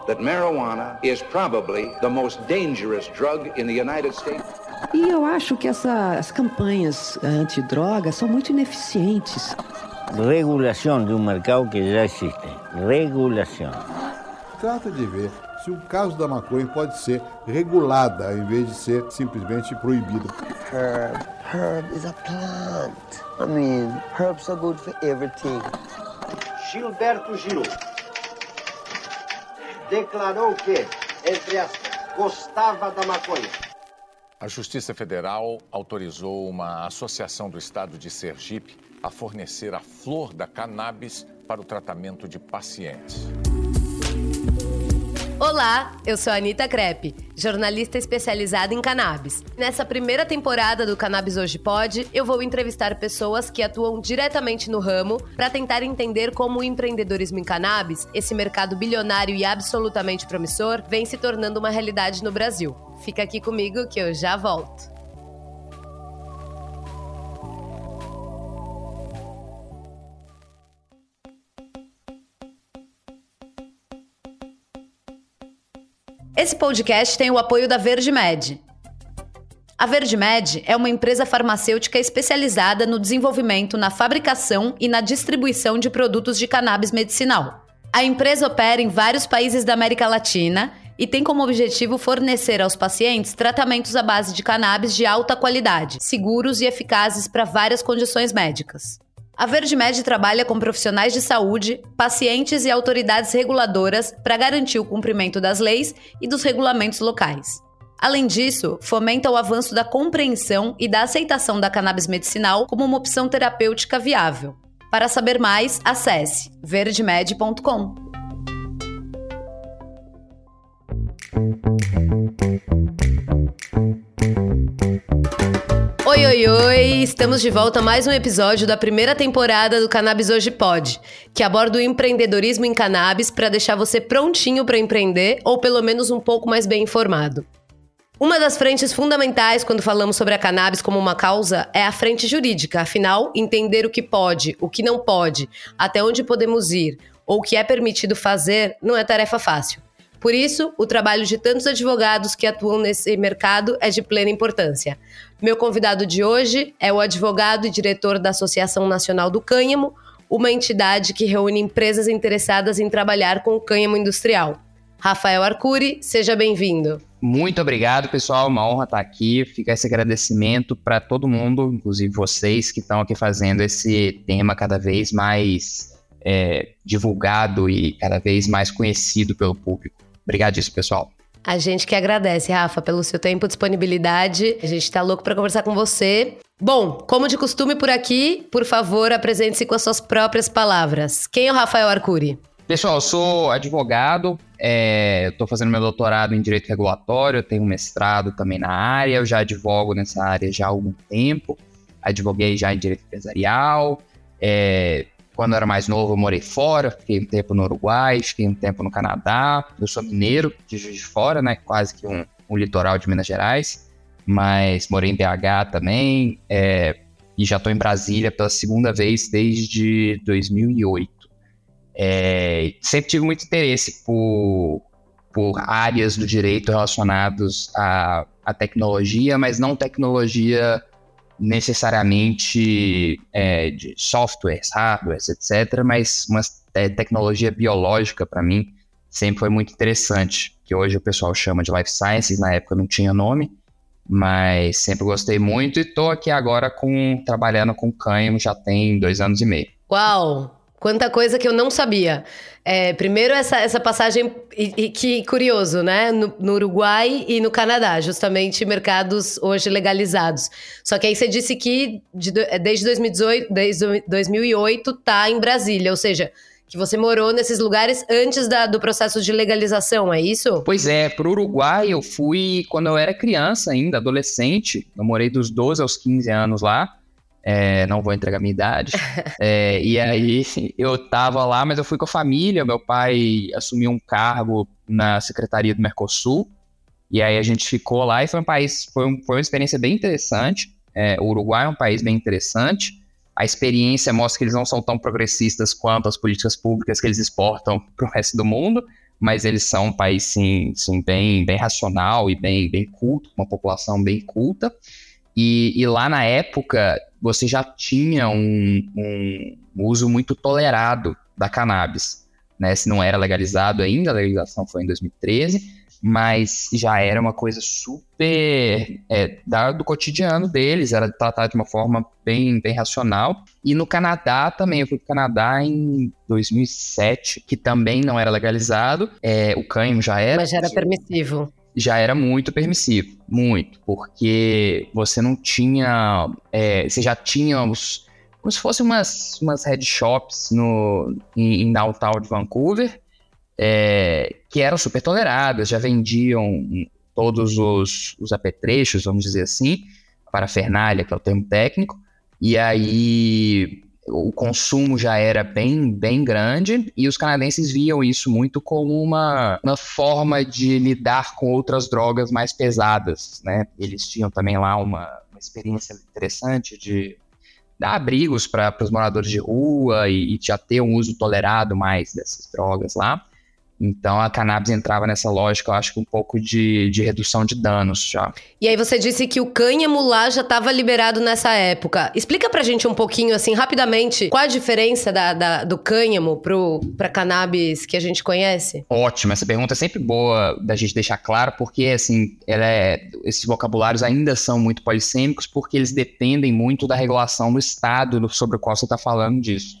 that marijuana is probably the most dangerous drug in the United States. E eu acho que as campanhas antidrogas são muito ineficientes. Regulação de um mercado que já existe. Regulação. Trata de ver se o caso da maconha pode ser regulada, ao invés de ser simplesmente proibida. Herb is a plant. I mean, herbs are good for everything. Gilberto Gil declarou que, entre aspas, gostava da maconha. A Justiça Federal autorizou uma associação do estado de Sergipe a fornecer a flor da cannabis para o tratamento de pacientes. Olá, eu sou a Anitta Crepe, jornalista especializada em cannabis. Nessa primeira temporada do Cannabis Hoje Pode, eu vou entrevistar pessoas que atuam diretamente no ramo para tentar entender como o empreendedorismo em cannabis, esse mercado bilionário e absolutamente promissor, vem se tornando uma realidade no Brasil. Fica aqui comigo que eu já volto. Esse podcast tem o apoio da VerdeMed. A VerdeMed é uma empresa farmacêutica especializada no desenvolvimento, na fabricação e na distribuição de produtos de cannabis medicinal. A empresa opera em vários países da América Latina e tem como objetivo fornecer aos pacientes tratamentos à base de cannabis de alta qualidade, seguros e eficazes para várias condições médicas. A VerdeMed trabalha com profissionais de saúde, pacientes e autoridades reguladoras para garantir o cumprimento das leis e dos regulamentos locais. Além disso, fomenta o avanço da compreensão e da aceitação da cannabis medicinal como uma opção terapêutica viável. Para saber mais, acesse verdemed.com. Oi, estamos de volta a mais um episódio da primeira temporada do Cannabis Hoje Pode, que aborda o empreendedorismo em cannabis para deixar você prontinho para empreender ou pelo menos um pouco mais bem informado. Uma das frentes fundamentais quando falamos sobre a cannabis como uma causa é a frente jurídica, afinal, entender o que pode, o que não pode, até onde podemos ir ou o que é permitido fazer não é tarefa fácil. Por isso, o trabalho de tantos advogados que atuam nesse mercado é de plena importância. Meu convidado de hoje é o advogado e diretor da Associação Nacional do Cânhamo, uma entidade que reúne empresas interessadas em trabalhar com o cânhamo industrial. Rafael Arcuri, seja bem-vindo. Muito obrigado, pessoal. Uma honra estar aqui. Fica esse agradecimento para todo mundo, inclusive vocês que estão aqui fazendo esse tema cada vez mais divulgado e cada vez mais conhecido pelo público. Obrigadíssimo, pessoal. A gente que agradece, Rafa, pelo seu tempo e disponibilidade. A gente tá louco para conversar com você. Bom, como de costume por aqui, por favor, apresente-se com as suas próprias palavras. Quem é o Rafael Arcuri? Pessoal, eu sou advogado, estou fazendo meu doutorado em Direito Regulatório, eu tenho um mestrado também na área, eu já advogo nessa área já há algum tempo, advoguei já em Direito Empresarial, quando eu era mais novo eu morei fora, fiquei um tempo no Uruguai, fiquei um tempo no Canadá, eu sou mineiro de Juiz de Fora, né, quase que um litoral de Minas Gerais, mas morei em BH também, e já estou em Brasília pela segunda vez desde 2008. Sempre tive muito interesse por áreas do direito relacionadas à tecnologia, mas não tecnologia necessariamente de softwares, hardwares, etc., mas uma tecnologia biológica para mim sempre foi muito interessante, que hoje o pessoal chama de life sciences, na época não tinha nome, mas sempre gostei muito e estou aqui agora trabalhando com cânhamo já tem 2 anos e meio. Uau! Quanta coisa que eu não sabia. Primeiro, essa passagem, e que curioso, né? No Uruguai e no Canadá, justamente mercados hoje legalizados. Só que aí você disse que desde 2008 tá em Brasília, ou seja, que você morou nesses lugares antes do processo de legalização, é isso? Pois é, pro Uruguai eu fui quando eu era criança ainda, adolescente. Eu morei dos 12 aos 15 anos lá. Não vou entregar minha idade. E aí eu tava lá, mas eu fui com a família. Meu pai assumiu um cargo na Secretaria do Mercosul. E aí a gente ficou lá e foi uma experiência bem interessante. O Uruguai é um país bem interessante. A experiência mostra que eles não são tão progressistas quanto as políticas públicas que eles exportam para o resto do mundo. mas eles são um país, sim, bem racional e bem culto, uma população bem culta. E lá na época, você já tinha um uso muito tolerado da cannabis, né? Se não era legalizado ainda, a legalização foi em 2013, mas já era uma coisa super do cotidiano deles, era tratado de uma forma bem racional. E no Canadá também, eu fui para o Canadá em 2007, que também não era legalizado, o cânhamo já era. Mas já era permissivo. Já era muito permissivo, muito, porque você não tinha, você já tinha como se fossem umas head shops em downtown de Vancouver, que eram super toleradas, já vendiam todos os apetrechos, vamos dizer assim, parafernália, que é o termo técnico, e aí o consumo já era bem grande, e os canadenses viam isso muito como uma forma de lidar com outras drogas mais pesadas, né? Eles tinham também lá uma experiência interessante de dar abrigos para os moradores de rua e já ter um uso tolerado mais dessas drogas lá. Então a cannabis entrava nessa lógica, eu acho que um pouco de redução de danos já. E aí você disse que o cânhamo lá já estava liberado nessa época. Explica pra gente um pouquinho, assim, rapidamente, qual a diferença do cânhamo pra cannabis que a gente conhece? Ótimo, essa pergunta é sempre boa da gente deixar claro, porque, assim, esses vocabulários ainda são muito polissêmicos, porque eles dependem muito da regulação do estado sobre o qual você está falando disso.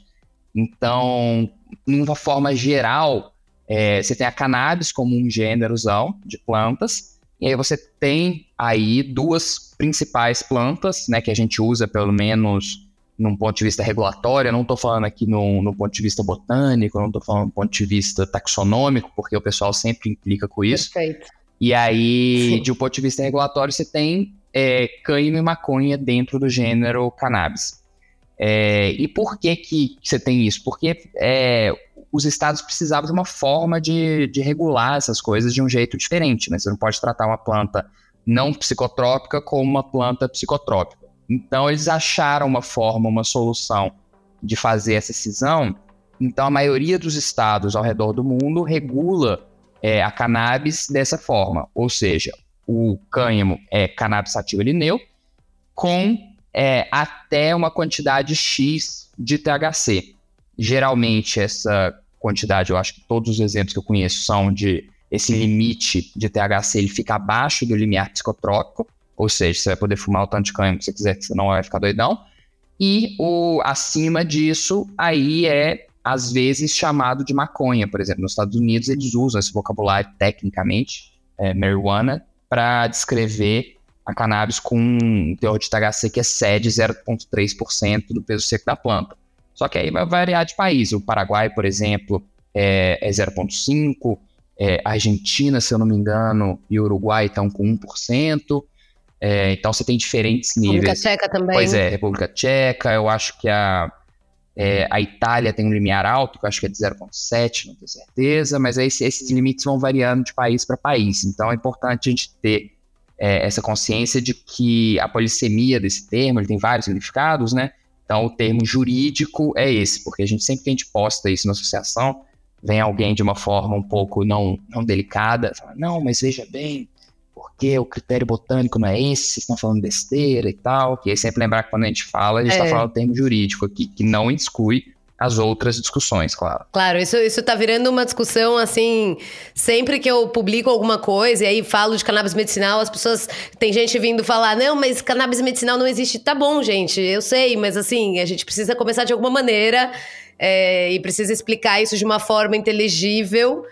Então, de uma forma geral, você tem a cannabis como um gênerozão de plantas, e aí você tem aí duas principais plantas, né, que a gente usa pelo menos num ponto de vista regulatório. Eu não estou falando aqui no ponto de vista botânico, eu não estou falando do ponto de vista taxonômico, porque o pessoal sempre implica com isso. Perfeito. E aí, de um ponto de vista regulatório, você tem cânhamo e maconha dentro do gênero cannabis. E por que você tem isso? Porque os estados precisavam de uma forma de regular essas coisas de um jeito diferente, né? Você não pode tratar uma planta não psicotrópica como uma planta psicotrópica. Então, eles acharam uma forma, uma solução de fazer essa cisão. Então, a maioria dos estados ao redor do mundo regula a cannabis dessa forma. Ou seja, o cânhamo é cannabis sativa lineu com até uma quantidade X de THC. Geralmente, essa quantidade, eu acho que todos os exemplos que eu conheço são de esse limite de THC, ele fica abaixo do limiar psicotrópico, ou seja, você vai poder fumar o tanto de cânhamo que você quiser, que você não vai ficar doidão. E acima disso, aí às vezes, chamado de maconha. Por exemplo, nos Estados Unidos, eles usam esse vocabulário tecnicamente, marijuana, para descrever a cannabis com um teor de THC que excede 0,3% do peso seco da planta. Só que aí vai variar de país. O Paraguai, por exemplo, é 0,5%. A Argentina, se eu não me engano, e o Uruguai estão com 1%. Então você tem diferentes níveis. República Tcheca também. Pois é, República Tcheca. Eu acho que a Itália tem um limiar alto, que eu acho que é de 0,7%, não tenho certeza. Mas aí esses limites vão variando de país para país. Então é importante a gente ter essa consciência de que a polissemia desse termo, ele tem vários significados, né? Então, o termo jurídico é esse, porque sempre que a gente posta isso na associação, vem alguém de uma forma um pouco não delicada, fala, não, mas veja bem, porque o critério botânico não é esse, vocês estão falando besteira e tal. E aí sempre lembrar que quando a gente fala, a gente está falando do termo jurídico aqui, que não exclui as outras discussões, claro. Claro, isso tá virando uma discussão, assim, sempre que eu publico alguma coisa e aí falo de cannabis medicinal, as pessoas, tem gente vindo falar, não, mas cannabis medicinal não existe. Tá bom, gente, eu sei, mas assim, a gente precisa começar de alguma maneira e precisa explicar isso de uma forma inteligível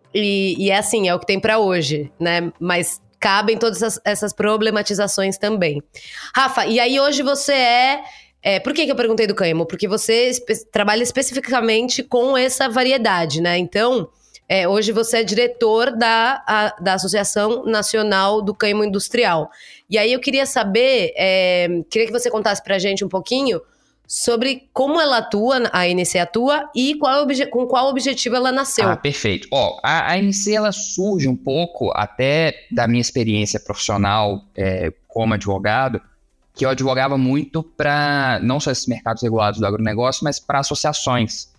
e é assim, é o que tem pra hoje, né? Mas cabem todas essas problematizações também. Rafa, e aí hoje você por que eu perguntei do cânhamo? Porque você trabalha especificamente com essa variedade, né? Então, hoje você é diretor da Associação Nacional do Cânhamo Industrial. E aí eu queria saber, queria que você contasse pra gente um pouquinho sobre como ela atua, a ANC atua, e com qual objetivo ela nasceu. Ah, perfeito. A ANC, ela surge um pouco até da minha experiência profissional como advogado, que eu advogava muito para não só esses mercados regulados do agronegócio, mas para associações.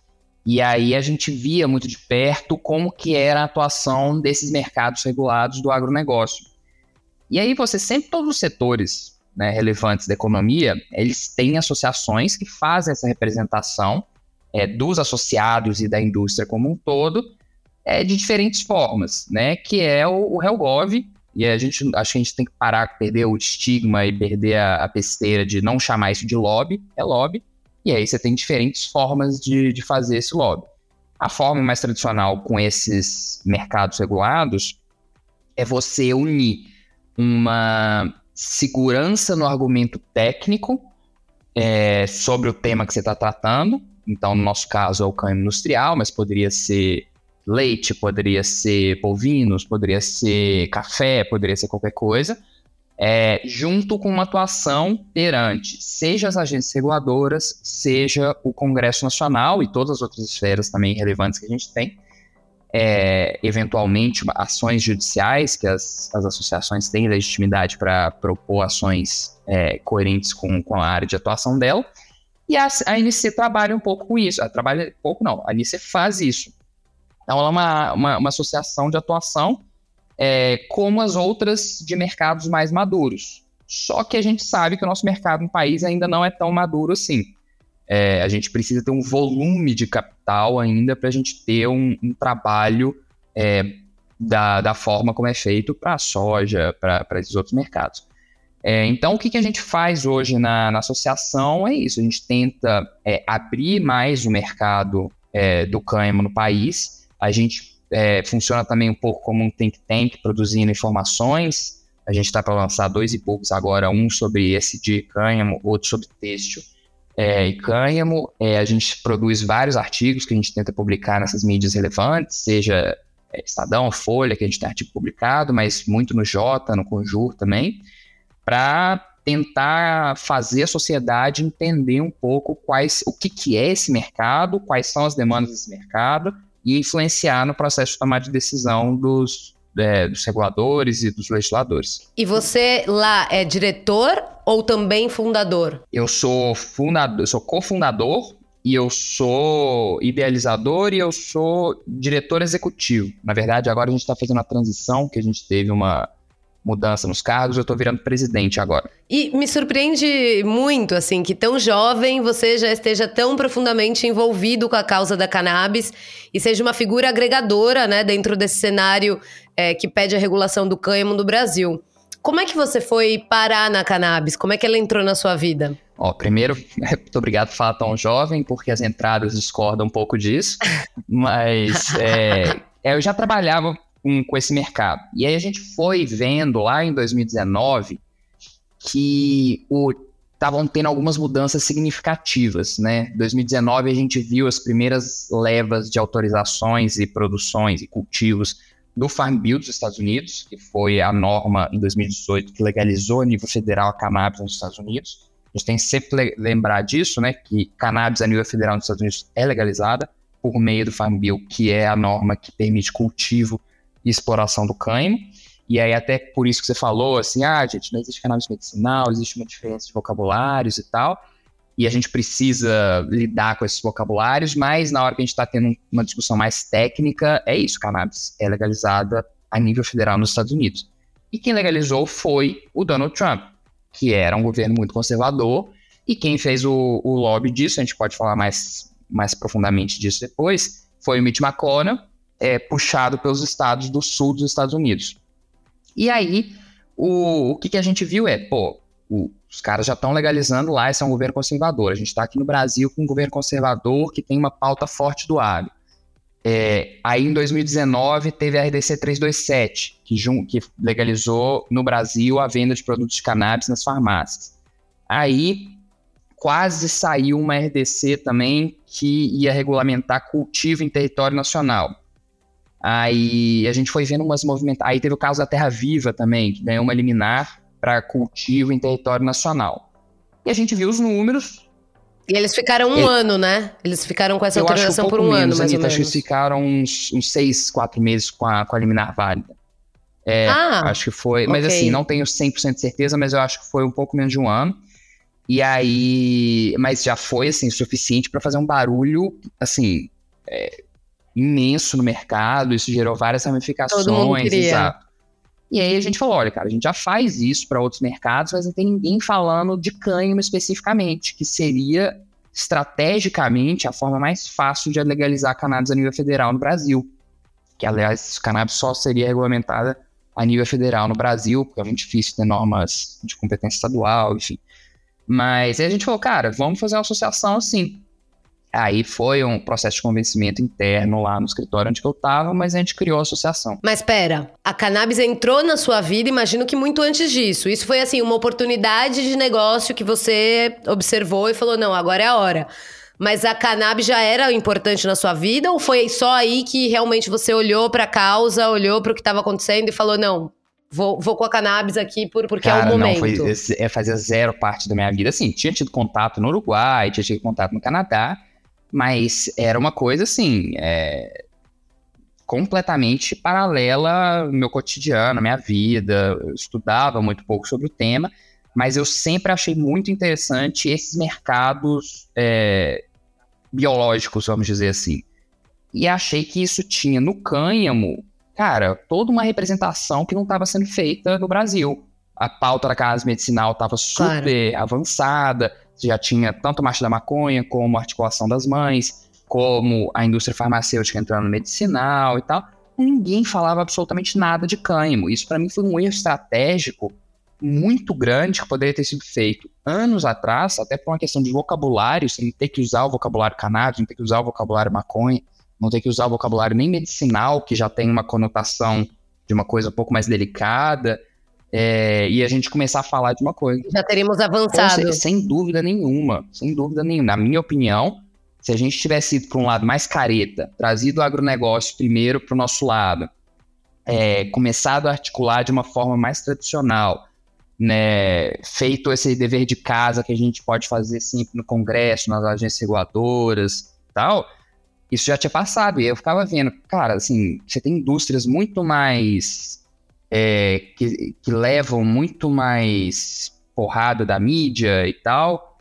E aí a gente via muito de perto como que era a atuação desses mercados regulados do agronegócio. E aí todos os setores, né, relevantes da economia, eles têm associações que fazem essa representação dos associados e da indústria como um todo, de diferentes formas, né, que é o Helgov. E acho que a gente tem que parar, perder o estigma e perder a besteira de não chamar isso de lobby, é lobby. E aí você tem diferentes formas de fazer esse lobby. A forma mais tradicional com esses mercados regulados é você unir uma segurança no argumento técnico sobre o tema que você está tratando. Então, no nosso caso, é o cânhamo industrial, mas poderia ser leite, poderia ser bovinos, poderia ser café, poderia ser qualquer coisa. Junto com uma atuação perante, seja as agências reguladoras, seja o Congresso Nacional e todas as outras esferas também relevantes que a gente tem, eventualmente ações judiciais, que as associações têm legitimidade para propor ações coerentes com a área de atuação dela, e a ANC trabalha um pouco com isso, a ANC faz isso. Então ela é uma associação de atuação como as outras de mercados mais maduros. Só que a gente sabe que o nosso mercado no país ainda não é tão maduro assim. A gente precisa ter um volume de capital ainda para a gente ter um trabalho da forma como é feito para a soja, para esses outros mercados. Então, o que a gente faz hoje na associação é isso. A gente tenta abrir mais o mercado do cânhamo no país. A gente funciona também um pouco como um think tank, produzindo informações. A gente está para lançar 2 e-books agora, um sobre ESG cânhamo, outro sobre têxtil e cânhamo. A gente produz vários artigos que a gente tenta publicar nessas mídias relevantes, seja Estadão, Folha, que a gente tem artigo publicado, mas muito no Jota, no Conjur também, para tentar fazer a sociedade entender um pouco o que é esse mercado, quais são as demandas desse mercado, e influenciar no processo de tomada de decisão dos reguladores e dos legisladores. E você lá é diretor ou também fundador? Eu sou cofundador, e eu sou idealizador, e eu sou diretor executivo. Na verdade, agora a gente está fazendo uma transição, que a gente teve uma mudança nos cargos, eu estou virando presidente agora. E me surpreende muito, assim, que tão jovem você já esteja tão profundamente envolvido com a causa da cannabis e seja uma figura agregadora, né, dentro desse cenário que pede a regulação do cânhamo no Brasil. Como é que você foi parar na cannabis? Como é que ela entrou na sua vida? Primeiro, muito obrigado por falar tão jovem, porque as entradas discordam um pouco disso, mas eu já trabalhava com esse mercado. E aí a gente foi vendo lá em 2019 que estavam tendo algumas mudanças significativas, né? Em 2019 a gente viu as primeiras levas de autorizações e produções e cultivos do Farm Bill dos Estados Unidos, que foi a norma em 2018 que legalizou a nível federal a cannabis nos Estados Unidos. A gente tem que sempre lembrar disso, né? Que cannabis a nível federal nos Estados Unidos é legalizada por meio do Farm Bill, que é a norma que permite cultivo e exploração do cânhamo. E aí até por isso que você falou, assim, gente, não existe cannabis medicinal, existe uma diferença de vocabulários e tal, e a gente precisa lidar com esses vocabulários, mas na hora que a gente está tendo uma discussão mais técnica, é isso, cannabis é legalizada a nível federal nos Estados Unidos. E quem legalizou foi o Donald Trump, que era um governo muito conservador, e quem fez o lobby disso, a gente pode falar mais profundamente disso depois, foi o Mitch McConnell, puxado pelos estados do sul dos Estados Unidos. E aí, o que a gente viu os caras já estão legalizando lá, esse é um governo conservador. A gente está aqui no Brasil com um governo conservador que tem uma pauta forte do agro. Aí, em 2019, teve a RDC 327, que legalizou no Brasil a venda de produtos de cannabis nas farmácias. Aí, quase saiu uma RDC também que ia regulamentar cultivo em território nacional. Aí a gente foi vendo umas movimentações. Aí teve o caso da Terra Viva também, que ganhou uma liminar para cultivo em território nacional. E a gente viu os números. E eles ficaram um ano, né? Eles ficaram com essa autorização por um ano, mais ou menos. Acho que eles ficaram uns 6, 4 meses com a liminar válida. Acho que foi. Mas assim, não tenho 100% de certeza, mas eu acho que foi um pouco menos de um ano. E aí... Mas já foi, assim, suficiente para fazer um barulho, assim... imenso no mercado, isso gerou várias ramificações. Todo mundo queria. Exato. E aí a gente falou, olha, cara, a gente já faz isso para outros mercados, mas não tem ninguém falando de cânhamo especificamente, que seria estrategicamente a forma mais fácil de legalizar a cannabis a nível federal no Brasil. Que, aliás, a cannabis só seria regulamentada a nível federal no Brasil, porque é muito difícil ter normas de competência estadual, enfim. Mas aí a gente falou, cara, vamos fazer uma associação assim. Aí foi um processo de convencimento interno lá no escritório onde eu estava, mas a gente criou a associação. Mas pera, a cannabis entrou na sua vida, imagino que muito antes disso. Isso foi assim, uma oportunidade de negócio que você observou e falou, não, agora é a hora. Mas a cannabis já era importante na sua vida ou foi só aí que realmente você olhou pra causa, olhou pro que estava acontecendo e falou, não, vou com a cannabis aqui porque cara, é o momento? Não, fazia zero parte da minha vida. Assim, tinha tido contato no Uruguai, tinha tido contato no Canadá, mas era uma coisa assim, completamente paralela ao meu cotidiano, à minha vida. Eu estudava muito pouco sobre o tema, mas eu sempre achei muito interessante esses mercados biológicos, vamos dizer assim. E achei que isso tinha no cânhamo, cara, toda uma representação que não estava sendo feita no Brasil. A pauta da cannabis medicinal estava super avançada, já tinha tanto a marcha da maconha, como a articulação das mães, como a indústria farmacêutica entrando no medicinal e tal. Ninguém falava absolutamente nada de cânhamo. Isso para mim foi um erro estratégico muito grande que poderia ter sido feito anos atrás, até por uma questão de vocabulário, você não ter que usar o vocabulário cannabis, não ter que usar o vocabulário maconha, não ter que usar o vocabulário nem medicinal, que já tem uma conotação de uma coisa um pouco mais delicada, e a gente começar a falar de uma coisa. Já teríamos avançado. Sem dúvida nenhuma, Na minha opinião, se a gente tivesse ido para um lado mais careta, trazido o agronegócio primeiro para o nosso lado, começado a articular de uma forma mais tradicional, né, feito esse dever de casa que a gente pode fazer sempre no Congresso, nas agências reguladoras e tal, isso já tinha passado. E eu ficava vendo, cara, assim, você tem indústrias muito mais que levam muito mais porrada da mídia e tal,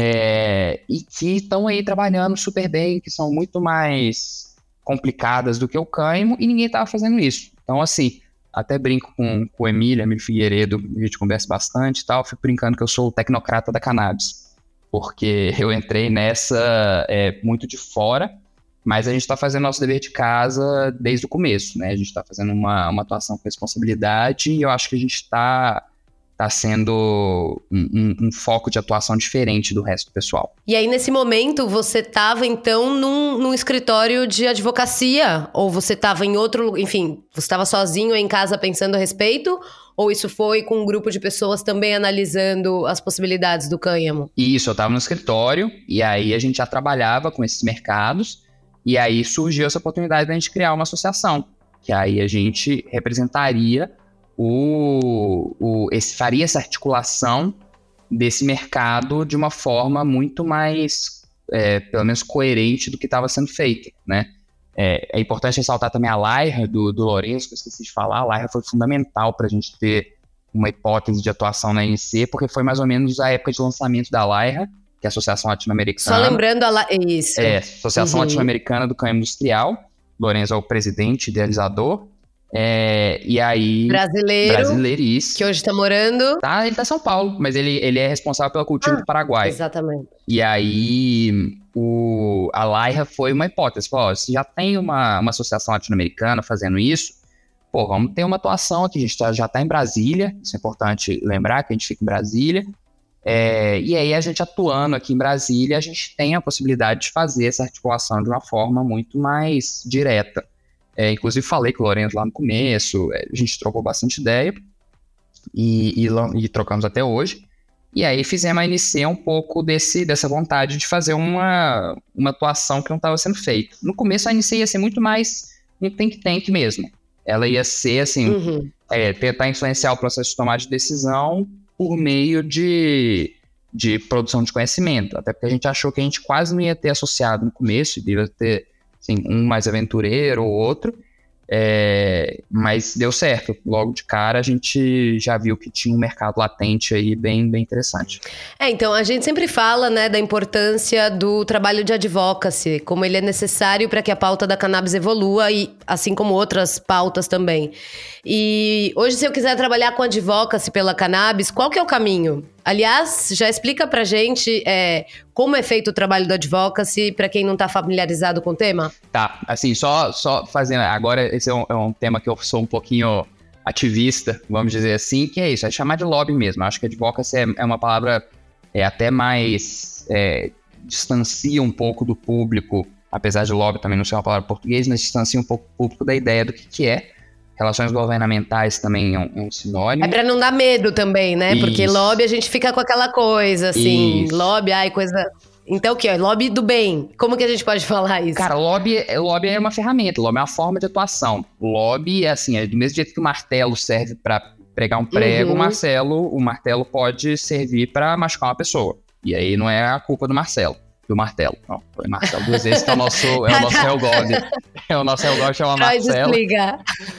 e que estão aí trabalhando super bem, que são muito mais complicadas do que o cânhamo, e ninguém estava fazendo isso. Então, assim, até brinco com o Emílio Figueiredo, a gente conversa bastante e tal, fico brincando que eu sou o tecnocrata da cannabis, porque eu entrei nessa muito de fora, mas a gente está fazendo nosso dever de casa desde o começo, né? A gente está fazendo uma atuação com responsabilidade e eu acho que a gente está sendo um foco de atuação diferente do resto do pessoal. E aí, nesse momento, você estava, então, num escritório de advocacia? Ou você estava em outro... Enfim, você estava sozinho em casa pensando a respeito? Ou isso foi com um grupo de pessoas também analisando as possibilidades do cânhamo? Isso, eu estava no escritório e aí a gente já trabalhava com esses mercados. E aí surgiu essa oportunidade de a gente criar uma associação, que aí a gente representaria faria essa articulação desse mercado de uma forma muito mais, pelo menos, coerente do que estava sendo feito, né? É importante ressaltar também a Lairra do Lourenço, que eu esqueci de falar. A Lairra foi fundamental para a gente ter uma hipótese de atuação na ANC, porque foi mais ou menos a época de lançamento da Lairra, que é a Associação Latino-Americana. Só lembrando isso. Associação Latino-Americana do Cânhamo Industrial. Lourenço é o presidente, idealizador. E aí... Brasileiríssimo. Que hoje está morando... Ele está em São Paulo, mas ele é responsável pelo cultivo do Paraguai. Exatamente. E aí, a Lairra foi uma hipótese. Falou, se já tem uma associação latino-americana fazendo isso, vamos ter uma atuação aqui. A gente já está em Brasília, isso é importante lembrar, que a gente fica em Brasília. E aí, a gente atuando aqui em Brasília, a gente tem a possibilidade de fazer essa articulação de uma forma muito mais direta. Inclusive, falei com o Lourenço lá no começo, a gente trocou bastante ideia e trocamos até hoje. E aí, fizemos a ANC um pouco dessa vontade de fazer uma atuação que não estava sendo feita. No começo, a ANC ia ser muito mais um think tank mesmo. Ela ia ser, assim, tentar influenciar o processo de tomada de decisão por meio de produção de conhecimento. Até porque a gente achou que a gente quase não ia ter associado no começo, ia ter assim, um mais aventureiro ou outro, Mas deu certo. Logo de cara a gente já viu que tinha um mercado latente aí bem, bem interessante. Então a gente sempre fala, né, da importância do trabalho de advocacy, como ele é necessário para que a pauta da cannabis evolua, e assim como outras pautas também. E hoje, se eu quiser trabalhar com advocacy pela cannabis, qual que é o caminho? Aliás, já explica pra gente como é feito o trabalho do advocacy, pra quem não tá familiarizado com o tema? Tá, assim, só fazendo... Agora, esse é um tema que eu sou um pouquinho ativista, vamos dizer assim, que é isso, é chamar de lobby mesmo. Eu acho que advocacy é uma palavra até mais... distancia um pouco do público, apesar de lobby também não ser uma palavra portuguesa, mas distancia um pouco o público da ideia do que é. Relações governamentais também é um sinônimo. É pra não dar medo também, né? Isso. Porque lobby a gente fica com aquela coisa, assim, Isso. lobby, coisa... Então o que? Lobby do bem. Como que a gente pode falar isso? Cara, lobby é uma ferramenta, lobby é uma forma de atuação. Lobby é do mesmo jeito que o martelo serve pra pregar um prego, o martelo pode servir pra machucar uma pessoa. E aí não é a culpa do martelo. Não, foi Marcelo duas vezes, que é o nosso Helgov. É o nosso Helgov, chama Marcelo. Pode explicar.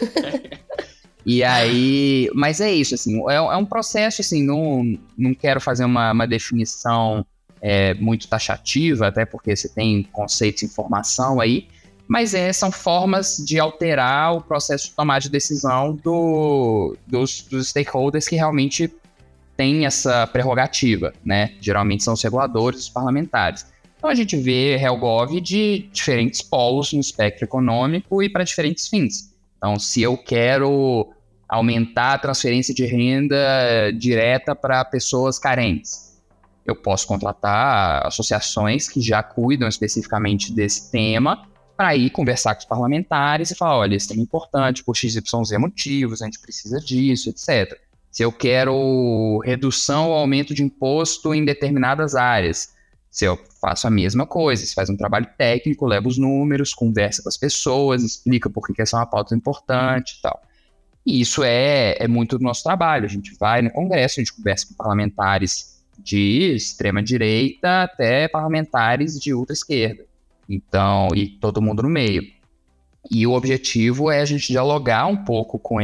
E aí, mas é isso, assim, é um processo, assim, não quero fazer uma definição muito taxativa, até porque você tem conceitos e informação aí, mas são formas de alterar o processo de tomar de decisão dos stakeholders que realmente têm essa prerrogativa, né? Geralmente são os reguladores, os parlamentares. Então a gente vê Helgov de diferentes polos no espectro econômico e para diferentes fins. Então, se eu quero aumentar a transferência de renda direta para pessoas carentes, eu posso contratar associações que já cuidam especificamente desse tema para ir conversar com os parlamentares e falar, olha, isso é importante por XYZ motivos, a gente precisa disso, etc. Se eu quero redução ou aumento de imposto em determinadas áreas, se eu faço a mesma coisa, se faz um trabalho técnico, leva os números, conversa com as pessoas, explica por que essa é uma pauta importante e tal. E isso é muito do nosso trabalho. A gente vai no Congresso, a gente conversa com parlamentares de extrema-direita até parlamentares de ultra-esquerda. Então, e todo mundo no meio. E o objetivo é a gente dialogar um pouco com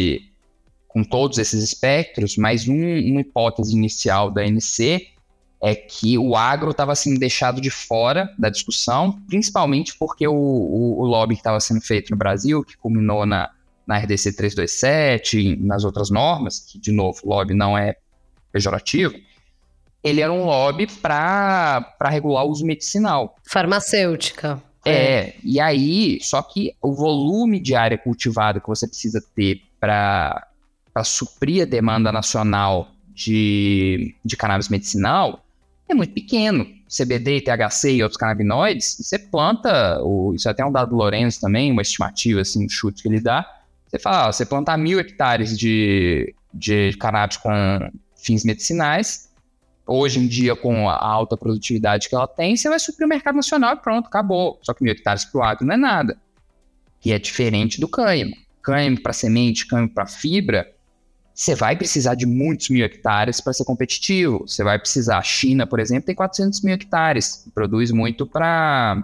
todos esses espectros, mas uma hipótese inicial da ANC é que o agro estava sendo deixado de fora da discussão, principalmente porque o lobby que estava sendo feito no Brasil, que culminou na RDC 327, nas outras normas, que, de novo, o lobby não é pejorativo, ele era um lobby para regular o uso medicinal. Farmacêutica. E aí, só que o volume de área cultivada que você precisa ter para suprir a demanda nacional de cannabis medicinal é muito pequeno. CBD, THC e outros canabinoides, você planta, isso é até um dado do Lourenço também, uma estimativa, assim, um chute que ele dá, você fala, você plantar 1.000 hectares de cannabis com fins medicinais, hoje em dia com a alta produtividade que ela tem, você vai suprir o mercado nacional e pronto, acabou. Só que 1.000 hectares para o agro não é nada. E é diferente do cânhamo. Cânhamo para semente, cânhamo para fibra, você vai precisar de muitos 1.000 hectares para ser competitivo. Você vai precisar, a China, por exemplo, tem 400.000 hectares, produz muito para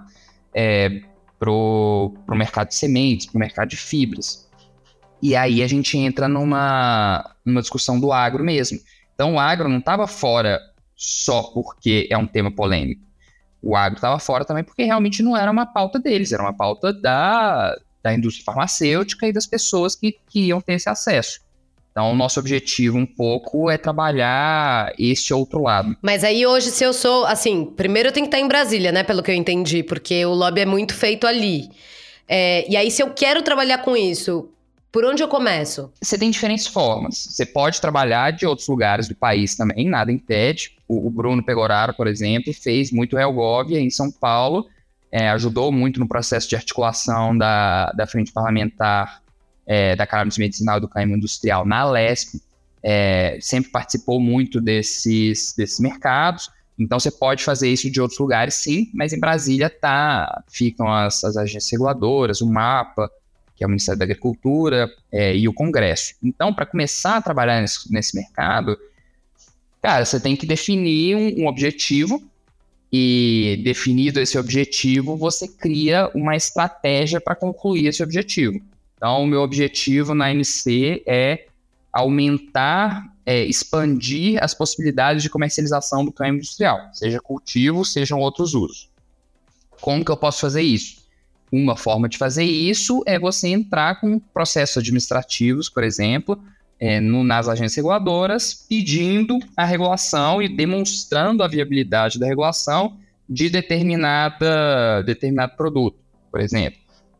o mercado de sementes, para o mercado de fibras. E aí a gente entra numa discussão do agro mesmo. Então o agro não estava fora só porque é um tema polêmico. O agro estava fora também porque realmente não era uma pauta deles, era uma pauta da indústria farmacêutica e das pessoas que iam ter esse acesso. Então, o nosso objetivo um pouco é trabalhar esse outro lado. Mas aí hoje, se eu sou, assim, primeiro eu tenho que estar em Brasília, né, pelo que eu entendi, porque o lobby é muito feito ali. E aí, se eu quero trabalhar com isso, por onde eu começo? Você tem diferentes formas. Você pode trabalhar de outros lugares do país também, nada impede. O Bruno Pegoraro, por exemplo, fez muito Helgov em São Paulo, ajudou muito no processo de articulação da frente parlamentar da cannabis medicinal e do cânhamo industrial na Lesp, sempre participou muito desses mercados. Então você pode fazer isso de outros lugares, sim, mas em Brasília ficam as agências reguladoras, o MAPA, que é o Ministério da Agricultura, e o Congresso. Então, para começar a trabalhar nesse mercado, cara, você tem que definir um objetivo, e definido esse objetivo, você cria uma estratégia para concluir esse objetivo. Então, o meu objetivo na MC é aumentar, expandir as possibilidades de comercialização do cânhamo industrial, seja cultivo, sejam outros usos. Como que eu posso fazer isso? Uma forma de fazer isso é você entrar com processos administrativos, por exemplo, nas agências reguladoras, pedindo a regulação e demonstrando a viabilidade da regulação de determinado produto, por exemplo.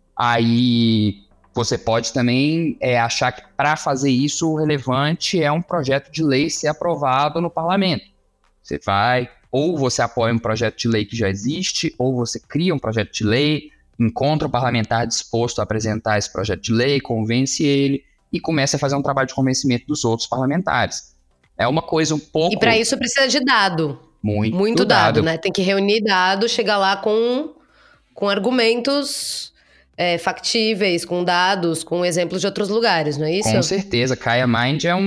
Aí você pode também achar que para fazer isso o relevante é um projeto de lei ser aprovado no parlamento. Você vai, ou você apoia um projeto de lei que já existe, ou você cria um projeto de lei, encontra um parlamentar disposto a apresentar esse projeto de lei, convence ele e começa a fazer um trabalho de convencimento dos outros parlamentares. É uma coisa um pouco... E para isso precisa de dado. Muito dado, né? Tem que reunir dados, chegar lá com argumentos factíveis, com dados, com exemplos de outros lugares, não é isso? Com certeza. Kaya Mind é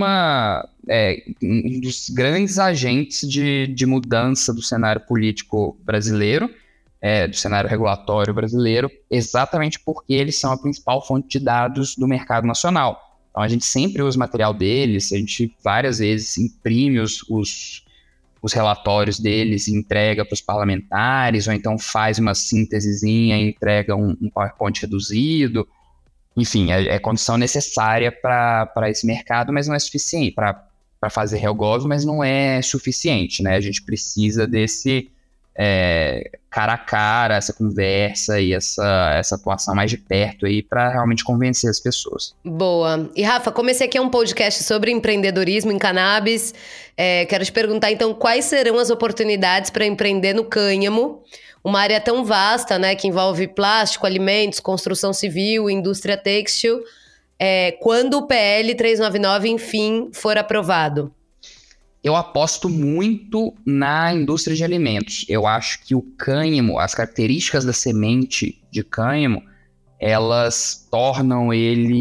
um dos grandes agentes de mudança do cenário político brasileiro, do cenário regulatório brasileiro, exatamente porque eles são a principal fonte de dados do mercado nacional. Então, a gente sempre usa o material deles, a gente várias vezes imprime os relatórios deles e entrega para os parlamentares, ou então faz uma síntesezinha e entrega um PowerPoint reduzido. Enfim, é condição necessária para esse mercado, mas não é suficiente. Para fazer RegGov, mas não é suficiente, né? A gente precisa desse cara a cara, essa conversa e essa atuação mais de perto aí para realmente convencer as pessoas. Boa. E Rafa, como esse aqui é um podcast sobre empreendedorismo em cannabis, quero te perguntar então quais serão as oportunidades para empreender no cânhamo, uma área tão vasta, né, que envolve plástico, alimentos, construção civil, indústria têxtil, quando o PL 399 enfim for aprovado? Eu aposto muito na indústria de alimentos. Eu acho que o cânhamo, as características da semente de cânhamo, elas tornam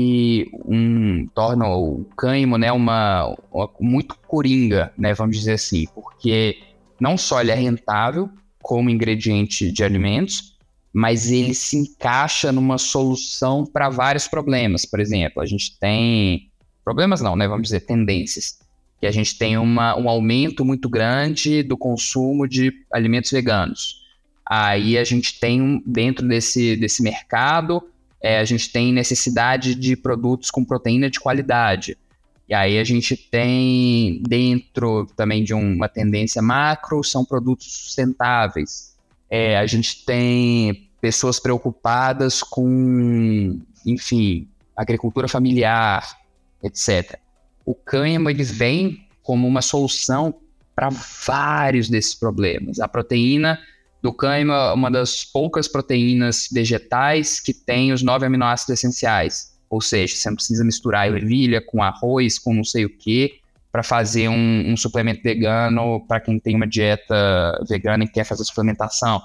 o cânhamo, né, muito coringa, né, vamos dizer assim, porque não só ele é rentável como ingrediente de alimentos, mas ele se encaixa numa solução para vários problemas. Por exemplo, a gente tem... Problemas não, né, vamos dizer, tendências. Que a gente tem um aumento muito grande do consumo de alimentos veganos. Aí a gente tem, dentro desse mercado, a gente tem necessidade de produtos com proteína de qualidade. E aí a gente tem, dentro também de uma tendência macro, são produtos sustentáveis. A gente tem pessoas preocupadas com, enfim, agricultura familiar, etc. O cânhamo, ele vem como uma solução para vários desses problemas. A proteína do cânhamo é uma das poucas proteínas vegetais que tem os 9 aminoácidos essenciais. Ou seja, você não precisa misturar ervilha com arroz, com não sei o que, para fazer um suplemento vegano para quem tem uma dieta vegana e quer fazer suplementação.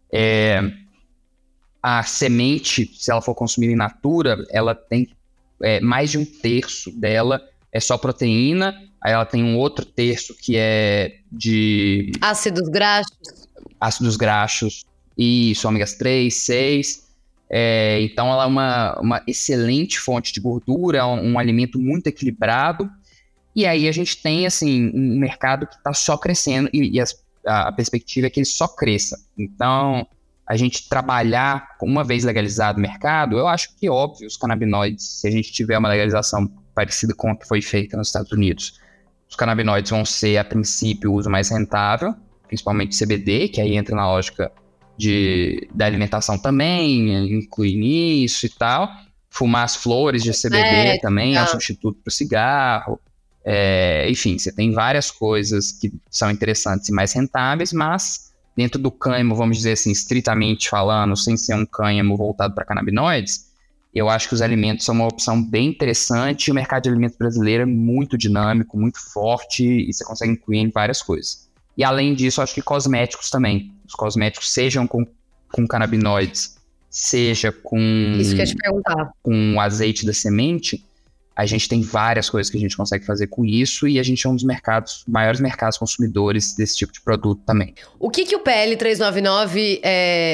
A semente, se ela for consumida in natura, ela tem mais de 1/3 dela é só proteína, aí ela tem um outro terço que é de... Ácidos graxos. Isso, ômegas 3, 6. Então ela é uma excelente fonte de gordura, um alimento muito equilibrado. E aí a gente tem, assim, um mercado que está só crescendo e a perspectiva é que ele só cresça. Então, a gente trabalhar, uma vez legalizado o mercado, eu acho que, óbvio, os canabinoides, se a gente tiver uma legalização parecida com a que foi feita nos Estados Unidos, os canabinoides vão ser, a princípio, o uso mais rentável, principalmente CBD, que aí entra na lógica da alimentação também, inclui nisso e tal. Fumar as flores de CBD também é um substituto para o cigarro. Enfim, você tem várias coisas que são interessantes e mais rentáveis, mas dentro do cânhamo, vamos dizer assim, estritamente falando, sem ser um cânhamo voltado para canabinoides, eu acho que os alimentos são uma opção bem interessante e o mercado de alimentos brasileiro é muito dinâmico, muito forte e você consegue incluir em várias coisas. E além disso, eu acho que cosméticos também. Os cosméticos, sejam com canabinoides, seja com... Isso que eu ia te perguntar. Com o azeite da semente, a gente tem várias coisas que a gente consegue fazer com isso e a gente é um dos maiores mercados consumidores desse tipo de produto também. O que o PL 399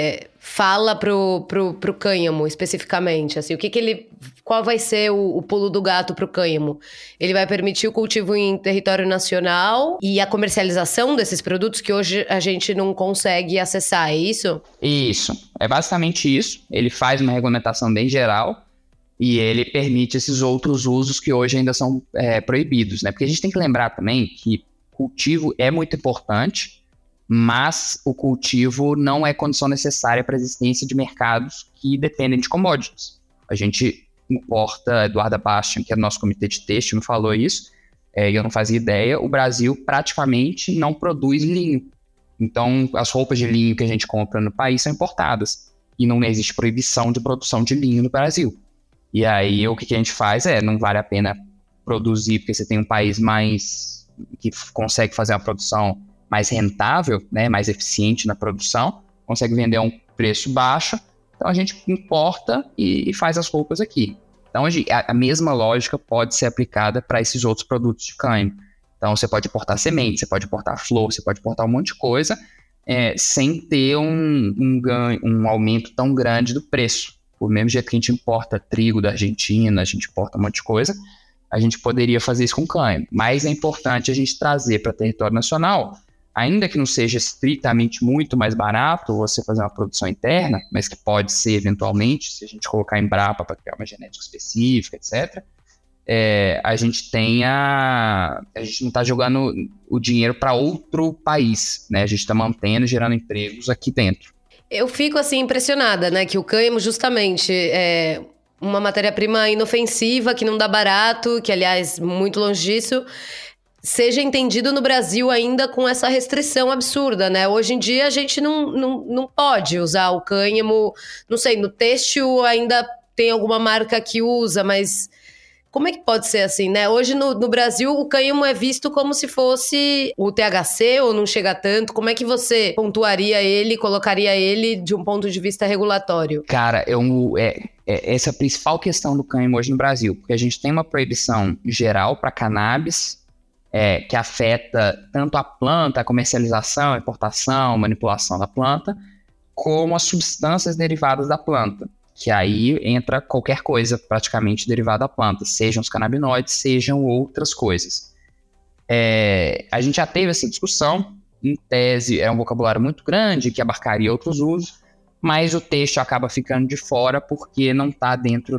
fala pro cânhamo, especificamente? Assim, qual vai ser o pulo do gato pro cânhamo? Ele vai permitir o cultivo em território nacional e a comercialização desses produtos que hoje a gente não consegue acessar, é isso? Isso, é basicamente isso. Ele faz uma regulamentação bem geral e ele permite esses outros usos que hoje ainda são proibidos, né? Porque a gente tem que lembrar também que cultivo é muito importante, mas o cultivo não é condição necessária para a existência de mercados que dependem de commodities. A gente importa, Eduarda Bastian, que é do nosso comitê de têxtil, me falou isso, e eu não fazia ideia, o Brasil praticamente não produz linho. Então, as roupas de linho que a gente compra no país são importadas, e não existe proibição de produção de linho no Brasil. E aí, o que a gente faz não vale a pena produzir, porque você tem um país que consegue fazer uma produção mais rentável, né, mais eficiente na produção, consegue vender a um preço baixo, então a gente importa e faz as roupas aqui. Então a mesma lógica pode ser aplicada para esses outros produtos de cânhamo. Então você pode importar semente, você pode importar flor, você pode importar um monte de coisa, sem ter um aumento tão grande do preço. Do mesmo jeito que a gente importa trigo da Argentina, a gente importa um monte de coisa, a gente poderia fazer isso com cânhamo. Mas é importante a gente trazer para território nacional, ainda que não seja estritamente muito mais barato você fazer uma produção interna, mas que pode ser eventualmente, se a gente colocar em Embrapa para criar uma genética específica, etc., a gente não está jogando o dinheiro para outro país, né? A gente está mantendo, gerando empregos aqui dentro. Eu fico assim impressionada, né, que o cânhamo justamente é uma matéria-prima inofensiva, que não dá barato, que aliás, muito longe disso, seja entendido no Brasil ainda com essa restrição absurda, né? Hoje em dia a gente não pode usar o cânhamo, não sei, no têxtil ainda tem alguma marca que usa, mas como é que pode ser assim, né? Hoje no Brasil o cânhamo é visto como se fosse o THC ou não chega tanto. Como é que você pontuaria ele, colocaria ele de um ponto de vista regulatório? Cara, essa é a principal questão do cânhamo hoje no Brasil, porque a gente tem uma proibição geral para cannabis, que afeta tanto a planta, a comercialização, a importação, a manipulação da planta, como as substâncias derivadas da planta, que aí entra qualquer coisa praticamente derivada da planta, sejam os canabinoides, sejam outras coisas. A gente já teve essa discussão, em tese é um vocabulário muito grande, que abarcaria outros usos, mas o texto acaba ficando de fora porque não está dentro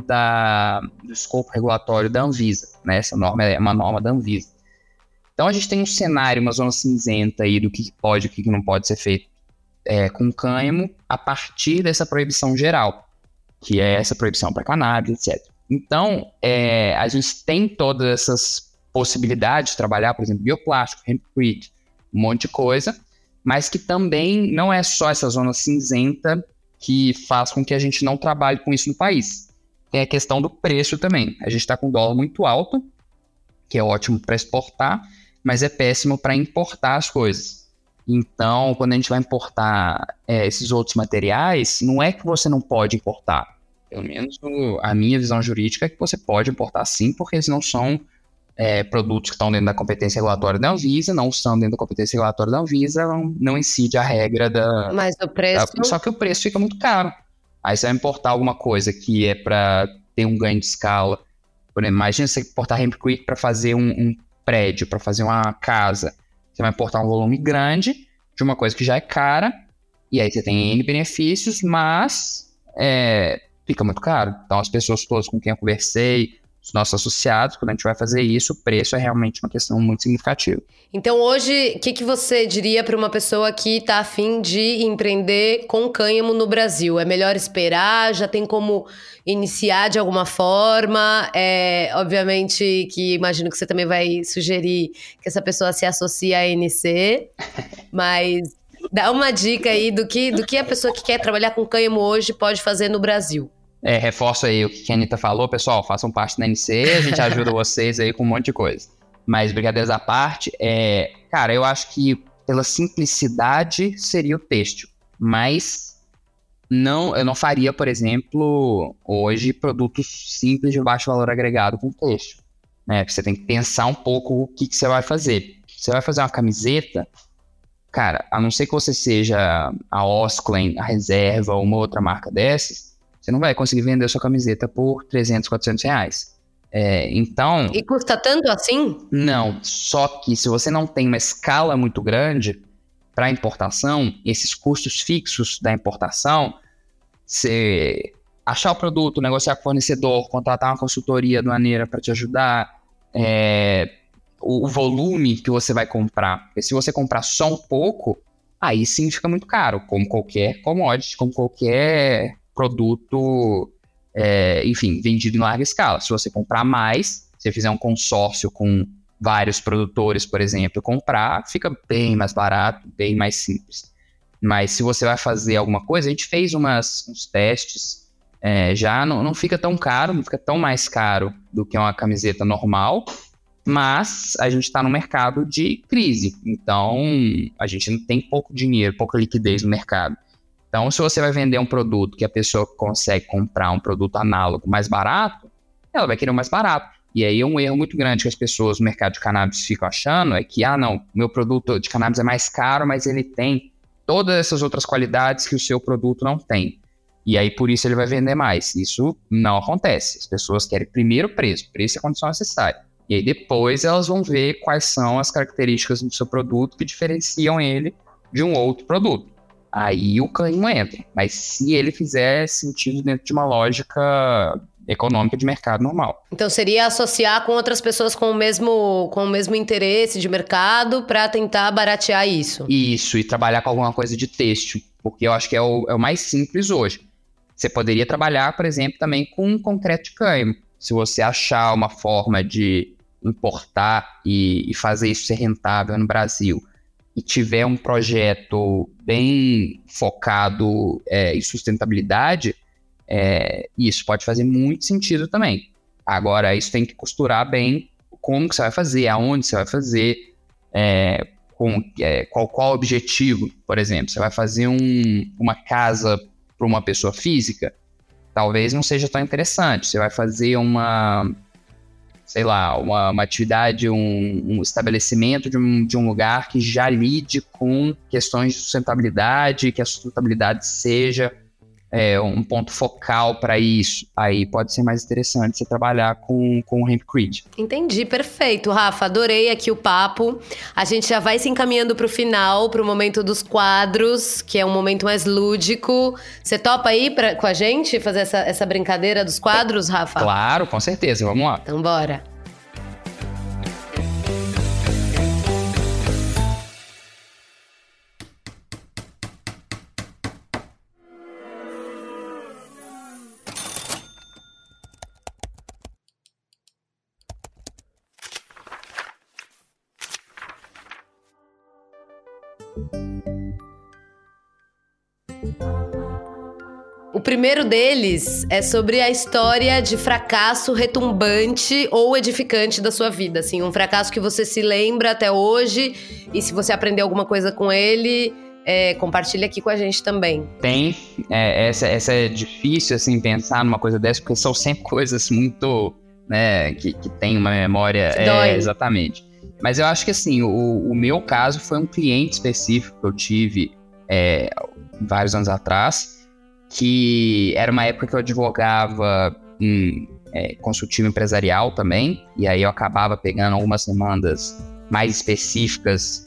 do escopo regulatório da Anvisa, né? Essa norma é uma norma da Anvisa. Então a gente tem um cenário, uma zona cinzenta aí do que pode e o que não pode ser feito com cânhamo a partir dessa proibição geral, que é essa proibição para cannabis, etc. Então a gente tem todas essas possibilidades de trabalhar, por exemplo, bioplástico, hempcrete, um monte de coisa, mas que também não é só essa zona cinzenta que faz com que a gente não trabalhe com isso no país. Tem a questão do preço também. A gente está com um dólar muito alto, que é ótimo para exportar, mas é péssimo para importar as coisas. Então, quando a gente vai importar esses outros materiais, não é que você não pode importar. Pelo menos a minha visão jurídica é que você pode importar sim, porque eles não são produtos que estão dentro da competência regulatória da Anvisa, não estão dentro da competência regulatória da Anvisa, não incide a regra da... Mas o preço... Só que o preço fica muito caro. Aí você vai importar alguma coisa que é para ter um ganho de escala. Por exemplo, imagina você importar hempcrete para fazer um prédio, para fazer uma casa. Você vai importar um volume grande de uma coisa que já é cara, e aí você tem N benefícios, mas fica muito caro. Então as pessoas todas com quem eu conversei, os nossos associados, quando a gente vai fazer isso, o preço é realmente uma questão muito significativa. Então hoje, o que você diria para uma pessoa que está a fim de empreender com cânhamo no Brasil? É melhor esperar? Já tem como iniciar de alguma forma? Obviamente que imagino que você também vai sugerir que essa pessoa se associe à ANC, mas dá uma dica aí do que a pessoa que quer trabalhar com cânhamo hoje pode fazer no Brasil. Reforço aí o que a Anitta falou, pessoal, façam parte da ANC, a gente ajuda vocês aí com um monte de coisa. Mas brincadeiras à parte, cara, eu acho que pela simplicidade seria o têxtil, mas eu não faria, por exemplo, hoje produtos simples de baixo valor agregado com têxtil, né? Porque você tem que pensar um pouco o que você vai fazer. Se você vai fazer uma camiseta, cara, a não ser que você seja a Osklen, a Reserva ou uma outra marca dessas, você não vai conseguir vender a sua camiseta por 300, 400 reais. Então... E custa tanto assim? Não, só que se você não tem uma escala muito grande para importação, esses custos fixos da importação, você achar o produto, negociar com o fornecedor, contratar uma consultoria aduaneira para te ajudar, o volume que você vai comprar. Porque se você comprar só um pouco, aí sim fica muito caro, como qualquer commodity, como qualquer produto, enfim, vendido em larga escala. Se você comprar mais, se você fizer um consórcio com vários produtores, por exemplo, comprar, fica bem mais barato, bem mais simples. Mas se você vai fazer alguma coisa, a gente fez uns testes, já não fica tão caro, não fica tão mais caro do que uma camiseta normal, mas a gente está no mercado de crise, então a gente não tem pouco dinheiro, pouca liquidez no mercado. Então, se você vai vender um produto que a pessoa consegue comprar um produto análogo mais barato, ela vai querer o mais barato. E aí um erro muito grande que as pessoas no mercado de cannabis ficam achando é que, não, meu produto de cannabis é mais caro, mas ele tem todas essas outras qualidades que o seu produto não tem. E aí, por isso, ele vai vender mais. Isso não acontece. As pessoas querem primeiro preço é a condição necessária. E aí, depois, elas vão ver quais são as características do seu produto que diferenciam ele de um outro produto. Aí o ganho entra. Mas se ele fizer sentido dentro de uma lógica econômica de mercado normal. Então seria associar com outras pessoas com o mesmo interesse de mercado para tentar baratear isso. Isso, e trabalhar com alguma coisa de têxtil, porque eu acho que é o mais simples hoje. Você poderia trabalhar, por exemplo, também com concreto de cânhamo. Se você achar uma forma de importar e fazer isso ser rentável no Brasil e tiver um projeto bem focado em sustentabilidade, isso pode fazer muito sentido também. Agora, isso tem que costurar bem como que você vai fazer, aonde você vai fazer, qual o objetivo. Por exemplo, você vai fazer uma casa para uma pessoa física, talvez não seja tão interessante. Você vai fazer uma atividade, um estabelecimento de um lugar que já lide com questões de sustentabilidade, que a sustentabilidade seja um ponto focal para isso. Aí pode ser mais interessante você trabalhar com o hempcrete. Entendi, perfeito, Rafa, adorei aqui o papo. A gente já vai se encaminhando para o final, para o momento dos quadros, que é um momento mais lúdico. Você topa aí com a gente fazer essa brincadeira dos quadros, Rafa? Claro, com certeza, vamos lá. Então bora. O primeiro deles é sobre a história de fracasso retumbante ou edificante da sua vida, assim, um fracasso que você se lembra até hoje, e se você aprendeu alguma coisa com ele, compartilha aqui com a gente também. Tem, essa é difícil, assim, pensar numa coisa dessa, porque são sempre coisas muito, né, que tem uma memória... Exatamente. Mas eu acho que, assim, o meu caso foi um cliente específico que eu tive vários anos atrás, que era uma época que eu advogava em consultivo empresarial também, e aí eu acabava pegando algumas demandas mais específicas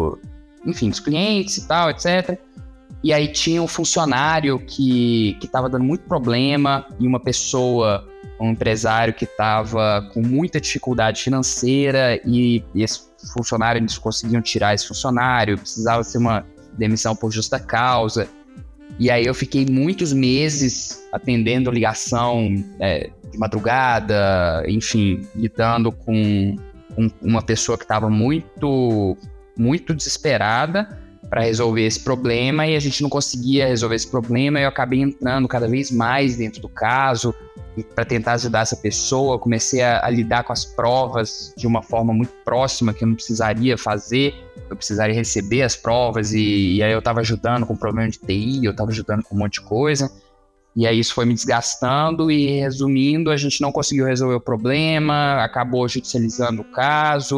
dos clientes e tal, etc. E aí tinha um funcionário que estava dando muito problema, e uma pessoa, um empresário que estava com muita dificuldade financeira, e esse funcionário, eles conseguiam tirar esse funcionário, precisava ser uma demissão por justa causa. E aí eu fiquei muitos meses atendendo ligação de madrugada, enfim, lidando com uma pessoa que estava muito, muito desesperada para resolver esse problema, e a gente não conseguia resolver esse problema, e eu acabei entrando cada vez mais dentro do caso para tentar ajudar essa pessoa. Eu comecei a lidar com as provas de uma forma muito próxima, que eu não precisaria fazer, eu precisaria receber as provas, e aí eu estava ajudando com problema de TI, eu estava ajudando com um monte de coisa, e aí isso foi me desgastando, e resumindo, a gente não conseguiu resolver o problema, acabou judicializando o caso,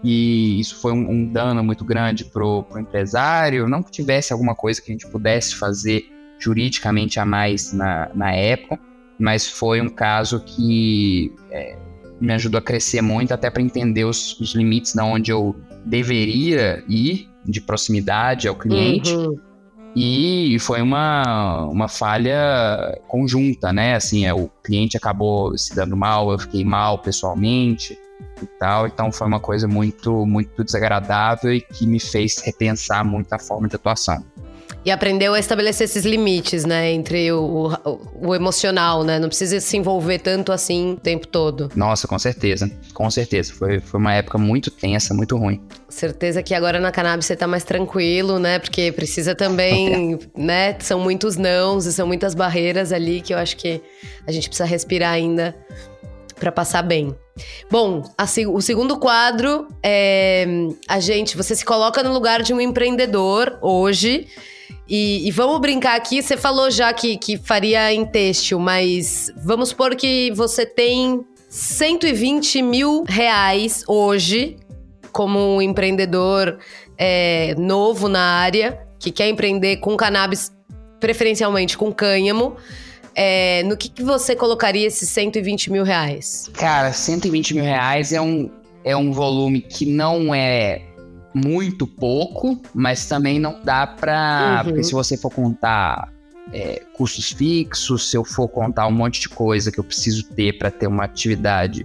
e isso foi um dano muito grande pro empresário, não que tivesse alguma coisa que a gente pudesse fazer juridicamente a mais na época, mas foi um caso que me ajudou a crescer muito, até para entender os limites de onde eu deveria ir, de proximidade ao cliente. E foi uma falha conjunta, né? Assim, o cliente acabou se dando mal, eu fiquei mal pessoalmente e tal. Então foi uma coisa muito, muito desagradável e que me fez repensar muito a forma de atuação. E aprendeu a estabelecer esses limites, né? Entre o emocional, né? Não precisa se envolver tanto assim o tempo todo. Nossa, com certeza. Com certeza. Foi uma época muito tensa, muito ruim. Certeza que agora na cannabis você tá mais tranquilo, né? Porque precisa também, né? São muitos nãos e são muitas barreiras ali que eu acho que a gente precisa respirar ainda pra passar bem. Bom, o segundo quadro é você se coloca no lugar de um empreendedor hoje. E vamos brincar aqui, você falou já que faria em têxtil, mas vamos supor que você tem 120 mil reais hoje, como um empreendedor novo na área, que quer empreender com cannabis, preferencialmente com cânhamo. No que você colocaria esses 120 mil reais? Cara, 120 mil reais é um volume que não é muito pouco, mas também não dá pra... Porque se você for contar custos fixos, se eu for contar um monte de coisa que eu preciso ter para ter uma atividade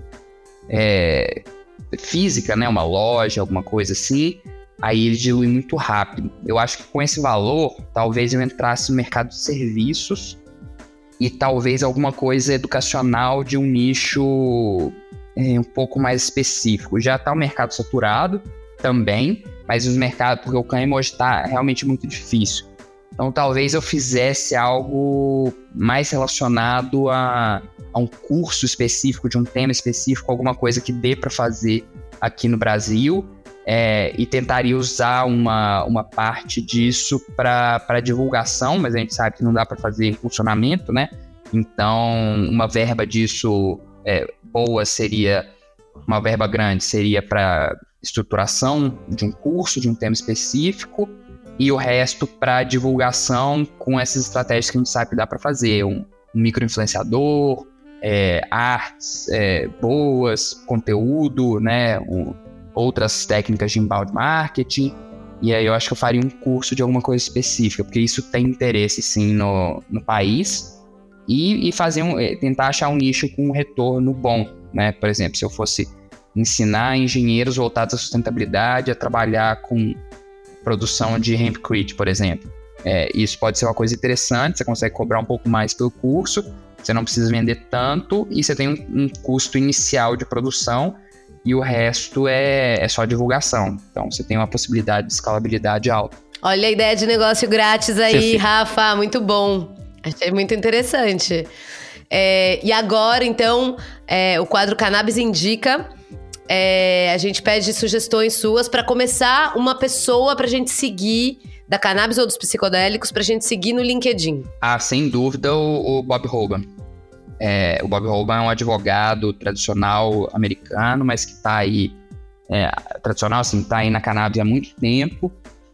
física, né? Uma loja, alguma coisa assim, aí ele dilui muito rápido. Eu acho que com esse valor, talvez eu entrasse no mercado de serviços e talvez alguma coisa educacional de um nicho um pouco mais específico. Já está o mercado saturado também, mas os mercados, porque o cânhamo hoje está realmente muito difícil. Então talvez eu fizesse algo mais relacionado a um curso específico, de um tema específico, alguma coisa que dê para fazer aqui no Brasil, e tentaria usar uma parte disso para divulgação, mas a gente sabe que não dá para fazer funcionamento, né? Então uma verba disso boa seria, uma verba grande seria para estruturação de um curso, de um tema específico, e o resto para divulgação com essas estratégias que a gente sabe que dá para fazer, um micro-influenciador, artes boas, conteúdo, né, outras técnicas de inbound marketing, e aí eu acho que eu faria um curso de alguma coisa específica, porque isso tem interesse sim no país, e fazer tentar achar um nicho com um retorno bom, né? Por exemplo, se eu fosse ensinar engenheiros voltados à sustentabilidade a trabalhar com produção de hempcrete, por exemplo. Isso pode ser uma coisa interessante, você consegue cobrar um pouco mais pelo curso, você não precisa vender tanto e você tem um custo inicial de produção e o resto é só divulgação. Então você tem uma possibilidade de escalabilidade alta. Olha a ideia de negócio grátis aí, Rafa, muito bom. Achei muito interessante. E agora, então, o quadro Cannabis Indica. A gente pede sugestões suas para começar uma pessoa pra gente seguir da cannabis ou dos psicodélicos pra gente seguir no LinkedIn. Sem dúvida, o Bob Hoban. O Bob Hoban é um advogado tradicional americano, mas que tá aí, tradicional assim, tá aí na cannabis há muito tempo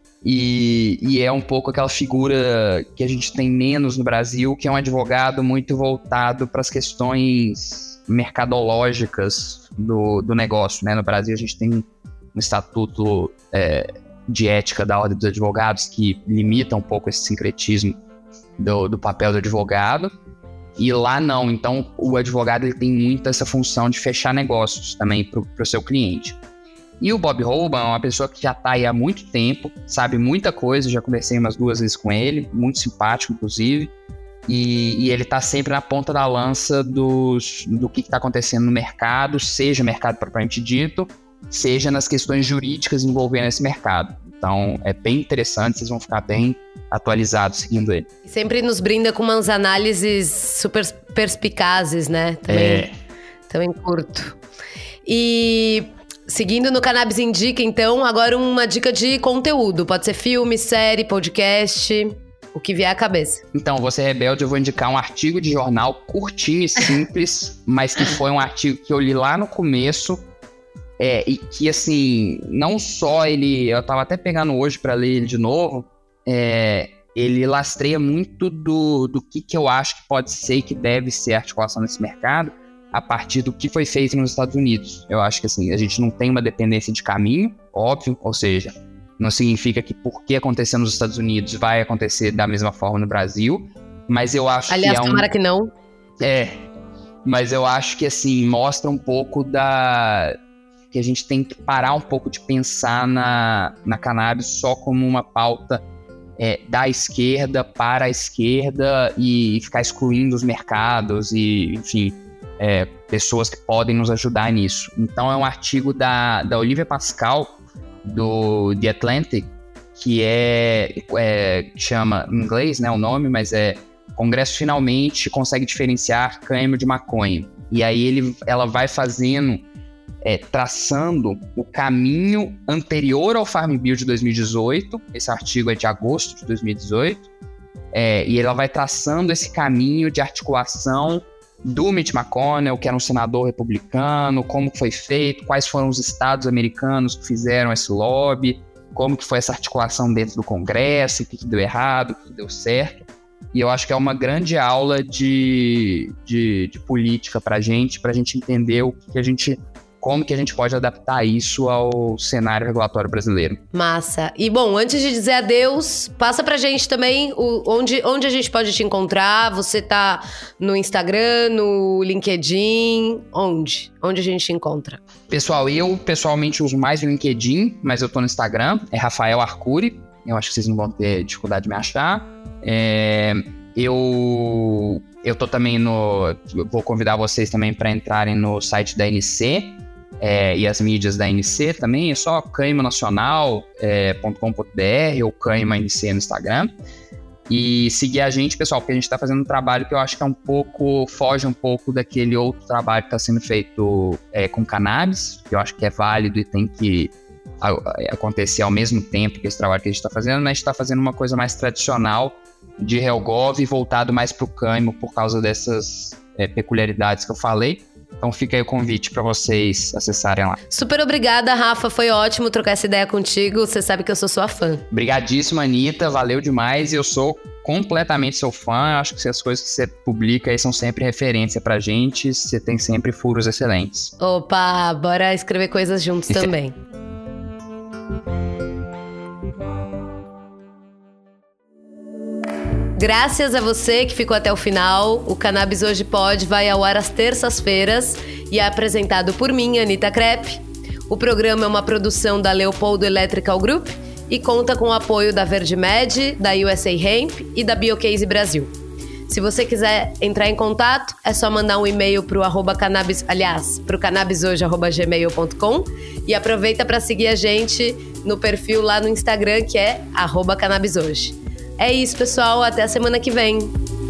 e é um pouco aquela figura que a gente tem menos no Brasil, que é um advogado muito voltado para as questões mercadológicas do negócio, né? No Brasil a gente tem um estatuto de ética da Ordem dos Advogados que limita um pouco esse sincretismo do papel do advogado, e lá não. Então o advogado ele tem muito essa função de fechar negócios também para o seu cliente. E o Bob Hoban é uma pessoa que já está aí há muito tempo, sabe muita coisa, já conversei umas 2 vezes com ele, muito simpático inclusive, e ele está sempre na ponta da lança do que está acontecendo no mercado, seja mercado propriamente dito, seja nas questões jurídicas envolvendo esse mercado. Então é bem interessante, vocês vão ficar bem atualizados seguindo ele. Sempre nos brinda com umas análises super perspicazes, né? Também curto. E seguindo no Cannabis Indica, então, agora uma dica de conteúdo. Pode ser filme, série, podcast, o que vier à cabeça. Então, você rebelde, eu vou indicar um artigo de jornal curtinho e simples, mas que foi um artigo que eu li lá no começo, E que, assim, não só ele... Eu tava até pegando hoje para ler ele de novo. Ele lastreia muito do que eu acho que pode ser e que deve ser a articulação nesse mercado a partir do que foi feito nos Estados Unidos. Eu acho que, assim, a gente não tem uma dependência de caminho, óbvio, ou seja, não significa que porque aconteceu nos Estados Unidos vai acontecer da mesma forma no Brasil, mas eu acho Aliás, tomara que não. Mas eu acho que, assim, mostra um pouco que a gente tem que parar um pouco de pensar na cannabis só como uma pauta da esquerda para a esquerda e ficar excluindo os mercados e, enfim, pessoas que podem nos ajudar nisso. Então é um artigo da Olivia Pascal, do The Atlantic, que chama em inglês, né, o nome, mas o Congresso finalmente consegue diferenciar cânhamo de maconha. E aí ela vai fazendo, traçando o caminho anterior ao Farm Bill de 2018, esse artigo é de agosto de 2018, e ela vai traçando esse caminho de articulação do Mitch McConnell, que era um senador republicano, como foi feito, quais foram os estados americanos que fizeram esse lobby, como que foi essa articulação dentro do Congresso, o que deu errado, o que deu certo. E eu acho que é uma grande aula de política pra gente entender como que a gente pode adaptar isso ao cenário regulatório brasileiro. Massa. E, bom, antes de dizer adeus, passa pra gente também onde a gente pode te encontrar. Você tá no Instagram, no LinkedIn, onde? Onde a gente te encontra? Pessoal, eu pessoalmente uso mais o LinkedIn, mas eu tô no Instagram, é Rafael Arcuri. Eu acho que vocês não vão ter dificuldade de me achar. Eu tô também vou convidar vocês também para entrarem no site da NC, e as mídias da NC também, é só caimaNacional.com.br ou Caima NC no Instagram. E seguir a gente, pessoal, porque a gente está fazendo um trabalho que eu acho que foge um pouco daquele outro trabalho que está sendo feito com cannabis, que eu acho que é válido e tem que acontecer ao mesmo tempo que esse trabalho que a gente está fazendo, mas a gente está fazendo uma coisa mais tradicional de Helgov e voltado mais para o cânhamo por causa dessas peculiaridades que eu falei. Então fica aí o convite para vocês acessarem lá. Super obrigada, Rafa. Foi ótimo trocar essa ideia contigo. Você sabe que eu sou sua fã. Obrigadíssimo, Anitta. Valeu demais. Eu sou completamente seu fã. Eu acho que as coisas que você publica aí são sempre referência pra gente. Você tem sempre furos excelentes. Opa, bora escrever coisas juntos também. Graças a você que ficou até o final, o Cannabis Hoje Pode vai ao ar às terças-feiras e é apresentado por mim, Anitta Krepp. O programa é uma produção da Leopoldo Electrical Group e conta com o apoio da VerdeMed, da USA Hemp e da Biocase Brasil. Se você quiser entrar em contato, é só mandar um e-mail pro cannabishoje@gmail.com e aproveita para seguir a gente no perfil lá no Instagram, que é @cannabishoje. É isso, pessoal. Até a semana que vem.